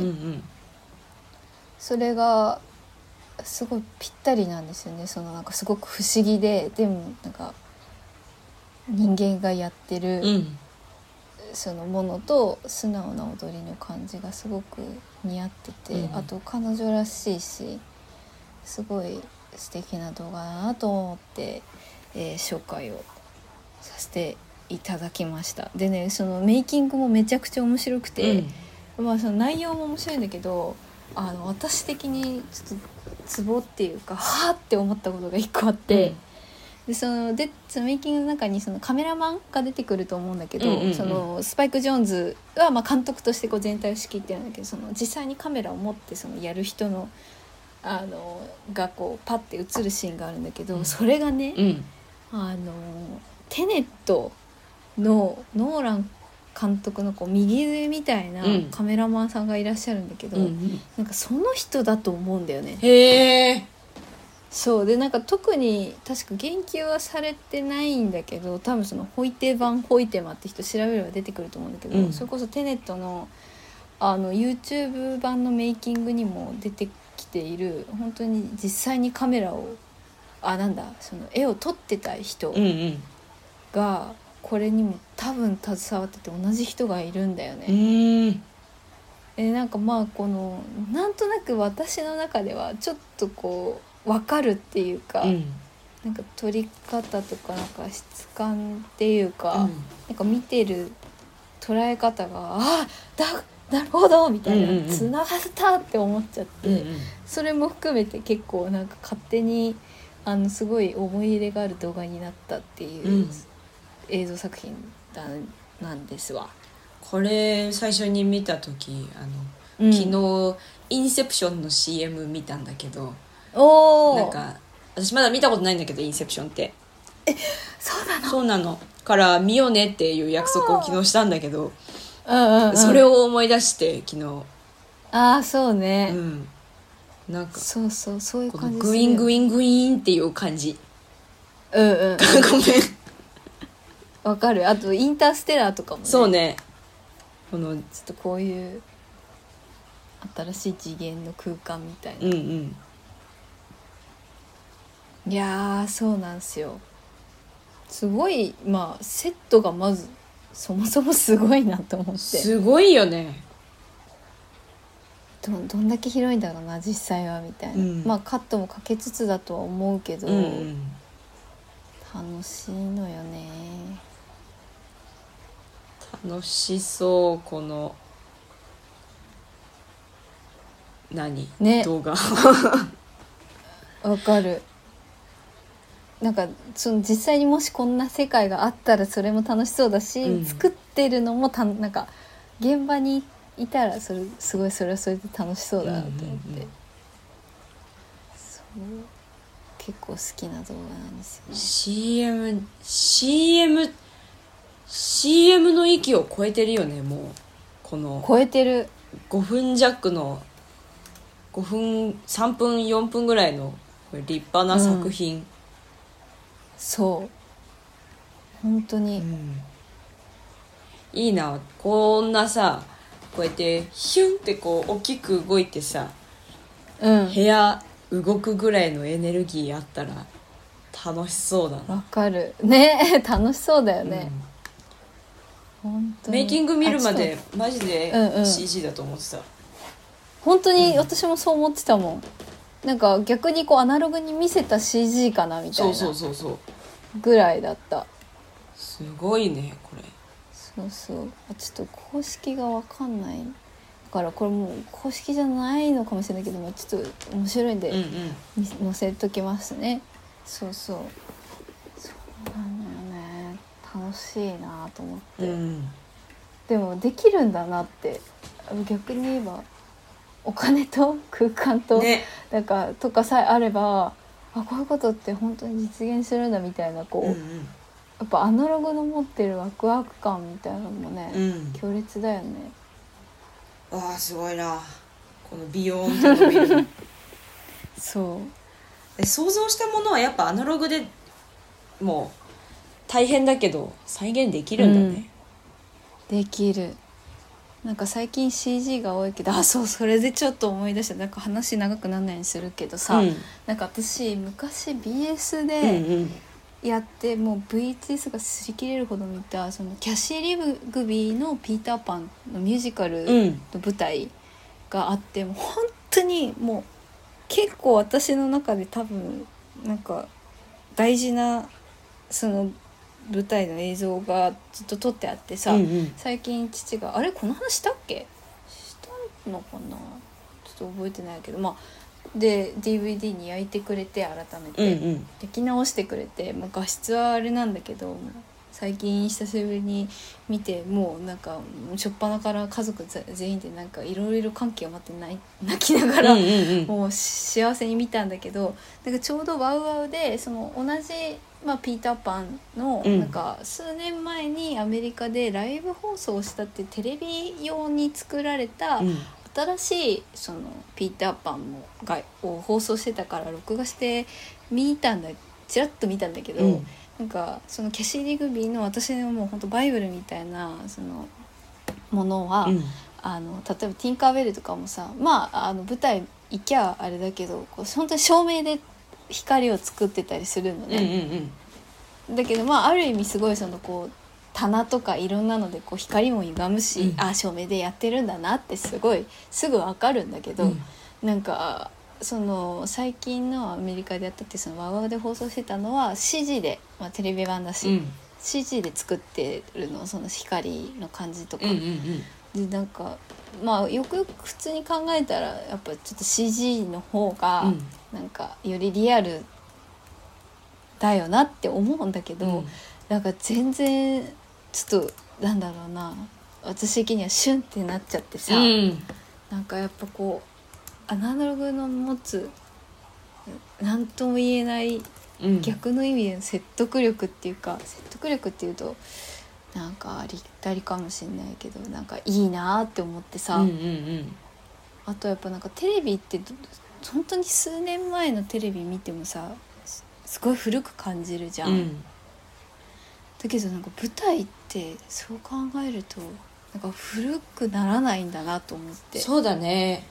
それがすごいぴったりなんですよね。そのなんかすごく不思議で、でもなんか人間がやってる、そのものと素直な踊りの感じがすごく似合ってて、あと彼女らしいし、すごい素敵な動画だなと思って、紹介をさせていただきました。でね、そのメイキングもめちゃくちゃ面白くて、その内容も面白いんだけど、私的にちょっとツボっていうかはぁって思ったことが一個あって、でそのメイキングの中にそのカメラマンが出てくると思うんだけど、そのスパイク・ジョーンズは監督としてこう全体を仕切ってるんだけど、その実際にカメラを持ってそのやる人のがこうパッて映るシーンがあるんだけど、それがね、テネットのノーラン監督のこう右上みたいなカメラマンさんがいらっしゃるんだけど、なんかその人だと思うんだよね。 へー。 そうでなんか特に確か言及はされてないんだけど、多分そのホイテ版ホイテマって人調べれば出てくると思うんだけど、 うん、 それこそテネットのYouTube 版のメイキングにも出てきている、本当に実際にカメラをその絵を撮ってた人がこれにも多分携わってて同じ人がいるんだよね。なんかまあこのなんとなく私の中ではちょっとこう分かるっていうか、なんか撮り方とかなんか質感っていうか、なんか見てる捉え方がなるほどみたいな、つながったって思っちゃって、それも含めて結構なんか勝手にすごい思い入れがある動画になったっていう映像作品なんですわ。 これ最初に見た時昨日インセプションの CM 見たんだけど、なんか私まだ見たことないんだけどインセプションってそうなのから見ようねっていう約束を昨日したんだけど、それを思い出して昨日そうね、 なんかそういう感じグイングイングインっていう感じ。ごめんわかる。あとインターステラーとかもね、 そうね、ちょっとこういう新しい次元の空間みたいな、いやそうなんですよ。すごいセットがまずそもそもすごいなと思って。 すごいよね。 どんだけ広いんだろうな実際はみたいな、カットもかけつつだとは思うけど、楽しいのよね。 楽しそう。この動画わかる。なんかその実際にもしこんな世界があったらそれも楽しそうだし、作ってるのもなんか現場にいたらすごいそれはそれで楽しそうだなと思って、そう結構好きな動画なんですよね。 CM の域を超えてるよね。もうこの超えてる。 5分弱の3分4分ぐらいの立派な作品、 そう本当に、 いいな。こんなさこうやってヒュンってこう大きく動いてさ、部屋動くぐらいのエネルギーあったら楽しそうだな。 わかるね楽しそうだよね、本当にメイキング見るまでマジで CG だと思ってた。 本当に私もそう思ってたもん。なんか逆にこうアナログに見せた CG かなみたいなそうぐらいだった。 すごいねこれ。 ちょっと公式が分かんないからこれもう公式じゃないのかもしれないけど、ちょっと面白いんで、載せときますね。そうなんだよね。楽しいなと思って、でもできるんだなって。逆に言えばお金と空間と、なんかとかさえあればこういうことって本当に実現するんだみたいなこう、やっぱアナログの持ってるワクワク感みたいなのもね、強烈だよね。 すごいなこのビヨーンと伸びるそう想像したものはやっぱアナログでもう大変だけど再現できるんだね、 できる。なんか最近 CG が多いけどそれでちょっと思い出した。なんか話長くならないようにするけどさ、なんか私昔 BS でやって、もう VHS が擦り切れるほど見たそのキャシー・リグビーのピーターパンのミュージカルの舞台があって、もう本当にもう結構私の中で多分なんか大事なその舞台の映像がずっと撮ってあってさ、最近父がこの話したっけしたのかなちょっと覚えてないけど、で DVD に焼いてくれて改めて、焼き直してくれて、画質はあれなんだけど最近久しぶりに見て、もうなんか初っ端から家族全員でなんかいろいろ歓喜を待って泣きながら、もう幸せに見たんだけど、なんかちょうどワウワウでその同じピーターパンのなんか数年前にアメリカでライブ放送をしたってテレビ用に作られた新しいそのピーターパンを放送してたから録画してちらっと見たんだけど、 うんなんかそのキャシー・リグビーの私のもう本当バイブルみたいなそのものは、例えばティンカーベルとかもさ、舞台行きゃあれだけどこう本当に照明で光を作ってたりするのね、だけどある意味すごいそのこう棚とかいろんなのでこう光も歪むし、照明でやってるんだなってすごいすぐ分かるんだけど、なんかその最近のアメリカでやったってそのワウワウで放送してたのは CG で、テレビ版だし、CG で作ってるのその光の感じとか、でなんかよくよく普通に考えたらやっぱちょっと CG の方がなんかよりリアルだよなって思うんだけど、なんか全然ちょっとなんだろうな、私的にはシュンってなっちゃってさ、なんかやっぱこうアナログの持つ何とも言えない逆の意味での説得力っていうか、説得力っていうとなんかありったりかもしれないけど、なんかいいなって思ってさ、あとやっぱなんかテレビって本当に数年前のテレビ見てもさすごい古く感じるじゃん、だけどなんか舞台ってそう考えるとなんか古くならないんだなと思って。 そうだね、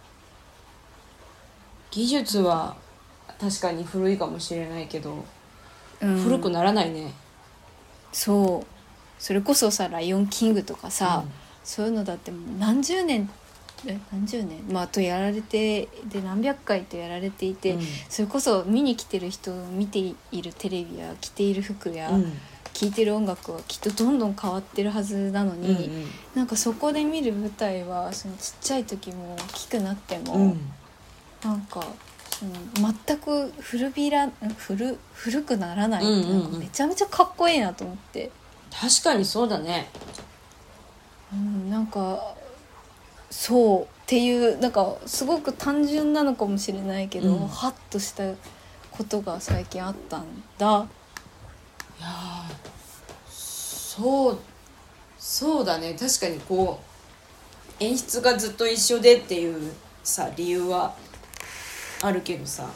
技術は確かに古いかもしれないけど、古くならないね。 そう、それこそさライオンキングとかさ、そういうのだってもう何十年とやられてで何百回とやられていて、それこそ見に来てる人見ているテレビや着ている服や、聴いてる音楽はきっとどんどん変わってるはずなのに、なんかそこで見る舞台はそのちっちゃい時も大きくなっても、なんかその全く古くならないって、なんかめちゃめちゃかっこいいなと思って。 確かにそうだね、 なんかそうっていうなんかすごく単純なのかもしれないけど、ハッとしたことが最近あったんだ。 いやそうだね、確かにこう演出がずっと一緒でっていうさ理由はあるけどさ、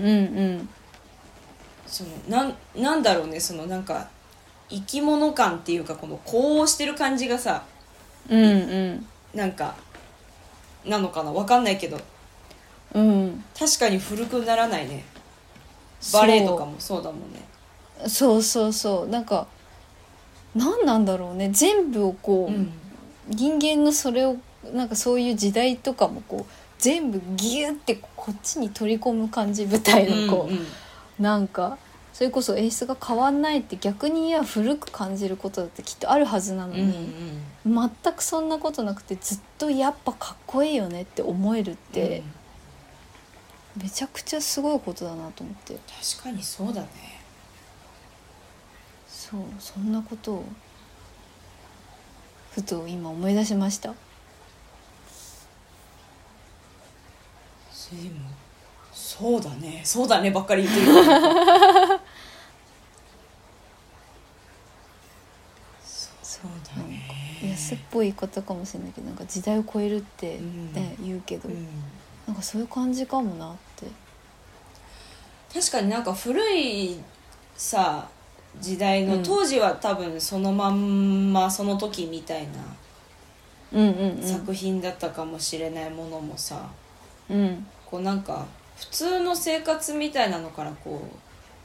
そのなんだろうね、そのなんか生き物感っていうかこのこうしてる感じがさ、なんかなのかな、分かんないけど、確かに古くならないね。バレエとかもそうだもんね。 そうなんか何なんだろうね、全部をこう、人間のそれをなんかそういう時代とかもこう全部ギュッてこっちに取り込む感じ、舞台のこう、なんかそれこそ演出が変わんないって逆に古く感じることだってきっとあるはずなのに、全くそんなことなくてずっとやっぱかっこいいよねって思えるって、めちゃくちゃすごいことだなと思って。 確かにそうだね。 そんなことをふと今思い出しました。 でもそうだねばっかり言ってるそうだね、 安っぽいことかもしれないけど、なんか時代を超えるって、言うけど、なんかそういう感じかもなって。 確かになんか古いさ時代の、当時は多分そのまんまその時みたいな作品だったかもしれないものもさ、こうなんか普通の生活みたいなのからこう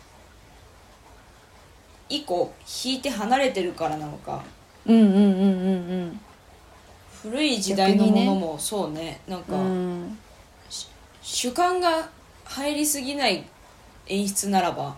一個引いて離れてるからなのか、古い時代のものもそうね、なんか、主観が入りすぎない演出ならば、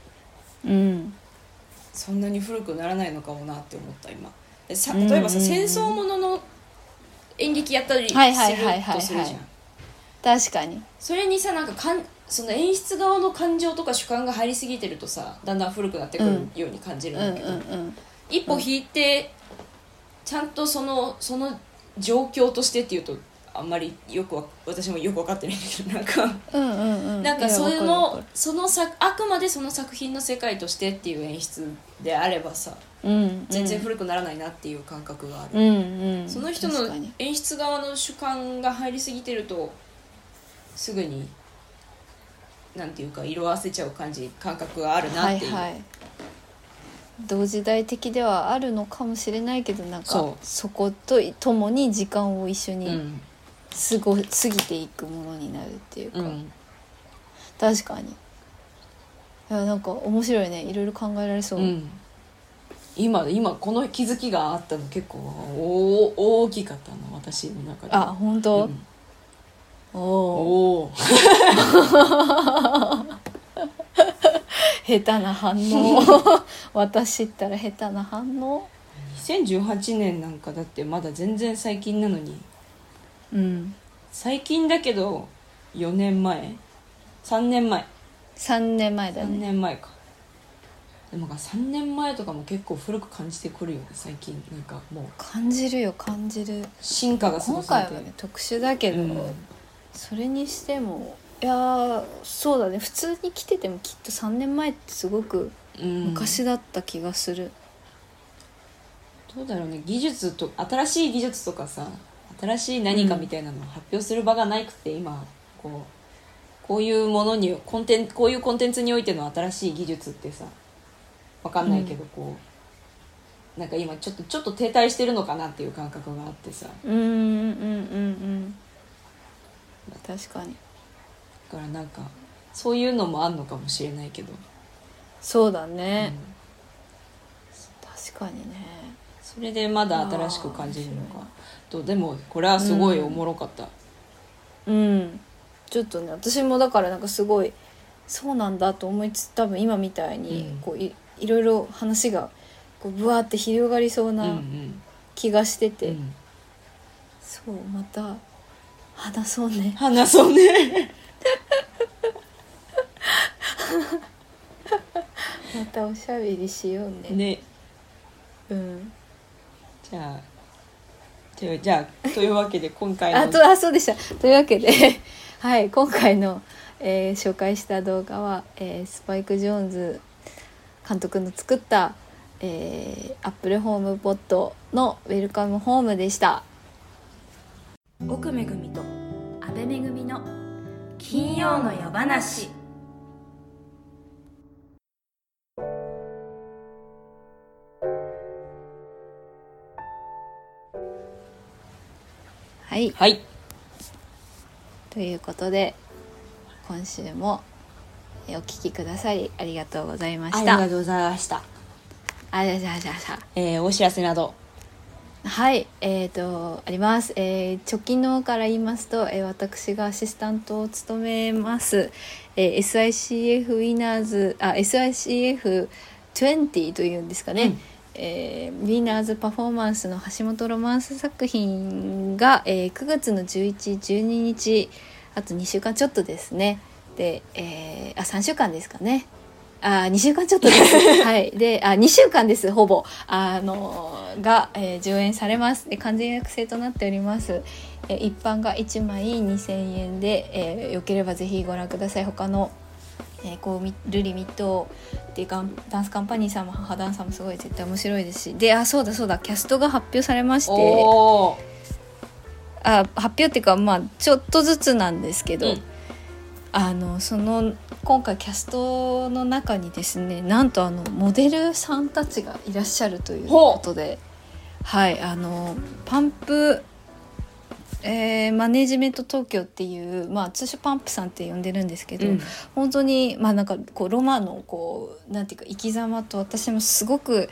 そんなに古くならないのかもなって思った今。例えばさ、戦争ものの演劇やったりするとするじゃん。 確かにそれにさ、なんかその演出側の感情とか主観が入りすぎてるとさ、だんだん古くなってくるように感じるんだけど、一歩引いてちゃんとその状況としてっていうとあんまり私もよく分かってないんだけど、なんか、なんかいやわかるわかるあくまでその作品の世界としてっていう演出であればさ、全然古くならないなっていう感覚がある、その人の演出側の主観が入りすぎてるとすぐになんていうか色あせちゃう感覚があるなっていう、 同時代的ではあるのかもしれないけど、なんかそこと共に時間を一緒に過ぎていくものになるっていうか、確かに。いやなんか面白いね、いろいろ考えられそう、 今この気づきがあったの結構大きかったの、私の中で。 あ、本当、おお下手な反応私ったら下手な反応。 2018年なんかだってまだ全然最近なのに、最近だけど4年前3年前 3年前だね。 3年前か。でも3年前とかも結構古く感じてくるよね最近。なんかもう感じるよ、感じる。 進化がすごすぎて。 今回はね特殊だけど、それにしてもいやそうだね、普通に来ててもきっと3年前ってすごく昔だった気がする、 どうだろうね、新しい技術とかさ、新しい何かみたいなのを発表する場がなくて、今こういうものにこういうコンテンツにおいての新しい技術ってさ、わかんないけどなんか今ちょっと停滞してるのかなっていう感覚があってさ、 確かに。 だからなんかそういうのもあんのかもしれないけど。 そうだね、確かにね。 それでまだ新しく感じるのかと。でもこれはすごいおもろかった、 ちょっとね私もだからなんかすごいそうなんだと思いつつ、多分今みたいにいろいろ話がブワーって広がりそうな気がしてて、そうまた話そうねまたおしゃべりしようね。 じゃあというわけで今回のそうでした。というわけではい、今回の、紹介した動画は、スパイク・ジョーンズ監督の作った、アップルホームポットのウェルカムホームでした。 奥めぐみと阿部めぐみの金曜の夜話。 はい、ということで今週もお聞きくださりありがとうございました。 ありがとうございました。お知らせなどはい、あります。直近のから言いますと、私がアシスタントを務めます、SICF ウィナーズSICF20 というんですかね、ウィナーズパフォーマンスの橋本ロマンス作品が、9月の11、12日あと2週間ちょっとですね。で、3週間ですかね。2週間ちょっとですはいで2週間ですほぼが、上演されます。で完全予約制となっております。一般が1枚2000円で、よければぜひご覧ください。他のルリミットでダンスカンパニーさんも母ダンさんもすごい絶対面白いですし、でそうだキャストが発表されまして、発表っていうかちょっとずつなんですけど、今回キャストの中にですね、なんとモデルさんたちがいらっしゃるということで、はいパンプマネジメント東京っていう、通称パンプさんって呼んでるんですけど、本当になんかロマのなんていうか生き様と私もすごく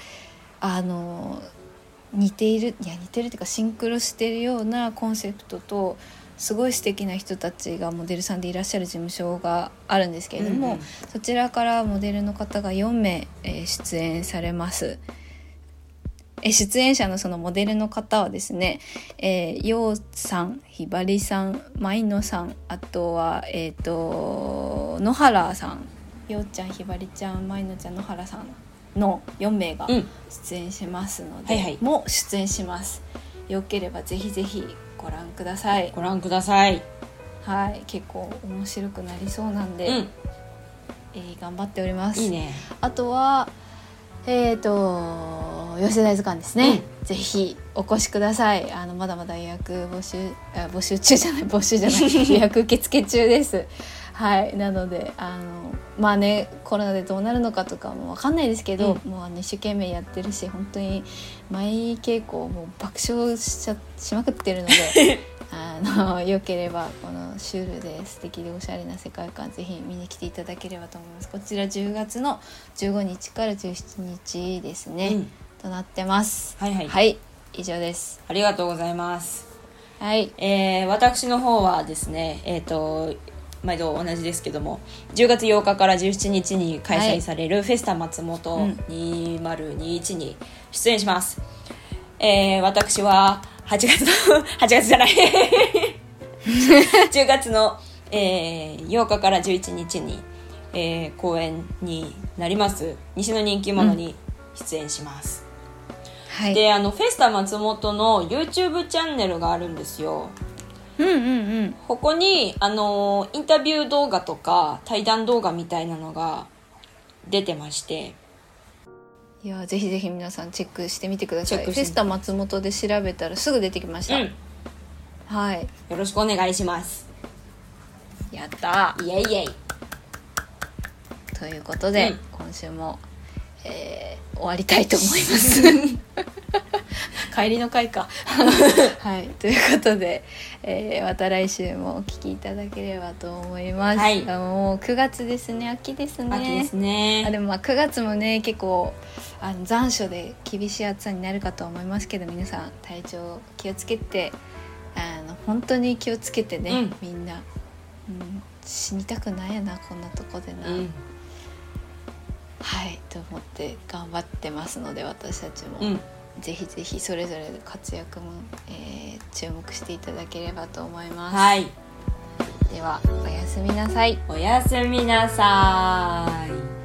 似てるっていうかシンクロしてるようなコンセプトと、すごい素敵な人たちがモデルさんでいらっしゃる事務所があるんですけれども、そちらからモデルの方が4名、出演されます。出演者のそのモデルの方はですね、ようさん、ひばりさん、まいのさん、あとは野原さん、ようちゃん、ひばりちゃん、まいのちゃん、野原さんの4名が出演しますので、もう出演します。よければぜひぜひご覧ください。 ご覧ください。 はい、結構面白くなりそうなんで、頑張っております。 いいね。 あとは吉田図鑑ですね、ぜひお越しください。まだまだ予約募集中じゃない予約受付中です。はい、なのでまあね、コロナでどうなるのかとかも分かんないですけど、もう一生懸命やってるし、本当に毎稽古もう爆笑しまくってるのでよければこのシュールで素敵でおしゃれな世界観ぜひ見に来ていただければと思います。こちら10月の15日から17日ですね、となってます。 はいはい、 はい、以上です。 ありがとうございます。 はい、 私の方はですね、毎度同じですけども、10月8日から17日に開催されるフェスタ松本2021に出演します。私は8月じゃない10月の、8日から11日に、公演になります西の人気者に出演します。はい、でフェスタ松本の YouTube チャンネルがあるんですよ。ここにインタビュー動画とか対談動画みたいなのが出てまして、 いやぜひぜひ皆さんチェックしてみてください。フェスタ松本で調べたらすぐ出てきました。はい、 よろしくお願いします。 やったイエイイエイということで、今週も、終わりたいと思います帰りの会かはい、ということで、また来週もお聞きいただければと思います。はい、もう9月ですね。秋ですね。 秋ですね。 でも9月もね結構残暑で厳しい暑さになるかと思いますけど、皆さん体調気をつけて本当に気をつけてね、みんな、死にたくないやなこんなとこでな、はいと思って頑張ってますので、私たちも、ぜひぜひそれぞれ活躍も、注目していただければと思います。 はい、 ではおやすみなさい。 おやすみなさい。